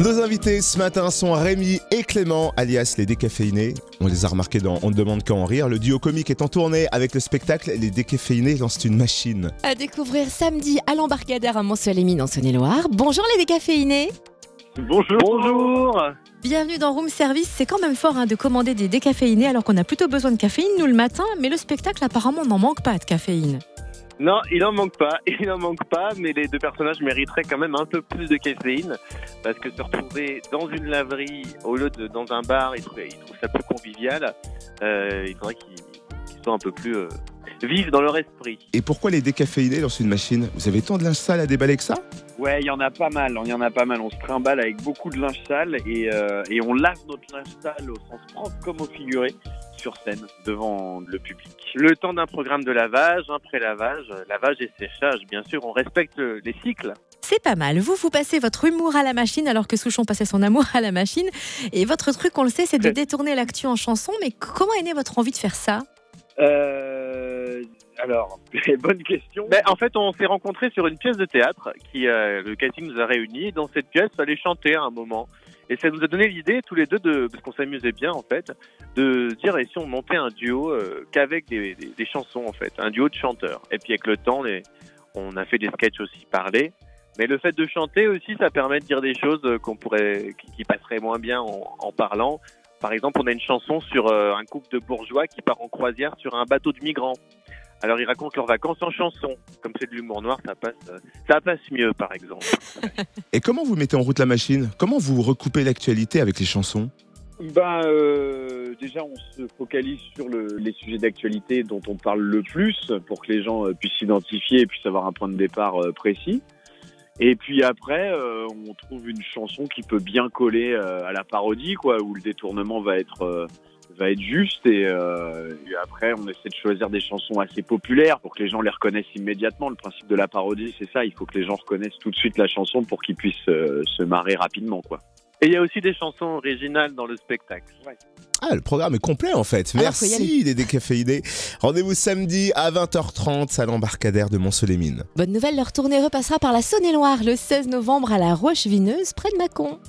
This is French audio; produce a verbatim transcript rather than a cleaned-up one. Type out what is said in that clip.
Nos invités ce matin sont Rémi et Clément, alias les décaféinés. On les a remarqués dans On ne demande qu'à en rire. Le duo comique est en tournée avec le spectacle Les décaféinés lancent une machine. À découvrir samedi à l'embarcadère à Mont-Soleil-Mines en Saône-et-Loire. Bonjour les décaféinés. Bonjour. Bonjour. Bienvenue dans Room Service. C'est quand même fort hein, de commander des décaféinés alors qu'on a plutôt besoin de caféine nous le matin. Mais le spectacle apparemment n'en manque pas de caféine. Non, il n'en manque pas, il n'en manque pas, mais les deux personnages mériteraient quand même un peu plus de caféine, parce que se retrouver dans une laverie au lieu de dans un bar, ils trouvent, ils trouvent ça plus convivial. Euh, il faudrait qu'ils, qu'ils soient un peu plus euh, vifs dans leur esprit. Et pourquoi les décaféinés lancent une machine ? Vous avez tant de linge sale à déballer que ça ? Ouais, il y en a pas mal, il y en a pas mal. On se trimballe avec beaucoup de linge sale et, euh, et on lave notre linge sale au sens propre comme au figuré sur scène devant le public. Le temps d'un programme de lavage, un pré-lavage, lavage et séchage, bien sûr, on respecte les cycles. C'est pas mal. Vous, vous passez votre humour à la machine alors que Souchon passait son amour à la machine. Et votre truc, on le sait, c'est de détourner l'actu en chanson. Mais comment est née votre envie de faire ça ? Euh... Alors, bonne question. Ben, en fait, on s'est rencontrés sur une pièce de théâtre qui, euh, le casting nous a réunis. Dans cette pièce, il fallait chanter à un moment. Et ça nous a donné l'idée, tous les deux, de, parce qu'on s'amusait bien, en fait, de dire, et si on montait un duo euh, qu'avec des, des, des chansons, en fait, un duo de chanteurs. Et puis avec le temps, les, on a fait des sketchs aussi parlés. Mais le fait de chanter aussi, ça permet de dire des choses qu'on pourrait, qui, qui passeraient moins bien en, en parlant. Par exemple, on a une chanson sur euh, un couple de bourgeois qui part en croisière sur un bateau de migrants. Alors ils racontent leurs vacances en chanson. Comme c'est de l'humour noir, ça passe, ça passe mieux, par exemple. Et comment vous mettez en route la machine ? Comment vous recoupez l'actualité avec les chansons ? Ben, euh, déjà, on se focalise sur le, les sujets d'actualité dont on parle le plus pour que les gens euh, puissent s'identifier et puissent avoir un point de départ euh, précis. Et puis après, euh, on trouve une chanson qui peut bien coller euh, à la parodie, quoi, où le détournement va être euh, va être juste. Et, euh, et après, on essaie de choisir des chansons assez populaires pour que les gens les reconnaissent immédiatement. Le principe de la parodie, c'est ça. Il faut que les gens reconnaissent tout de suite la chanson pour qu'ils puissent euh, se marrer rapidement, quoi. Et il y a aussi des chansons originales dans le spectacle. Ouais. Ah, le programme est complet en fait. Alors, Merci les décaféinés. Rendez-vous samedi à vingt heures trente à l'embarcadère de Mont-Soleil-Mines. Bonne nouvelle, leur tournée repassera par la Saône-et-Loire le seize novembre à la Roche-Vineuse, près de Mâcon.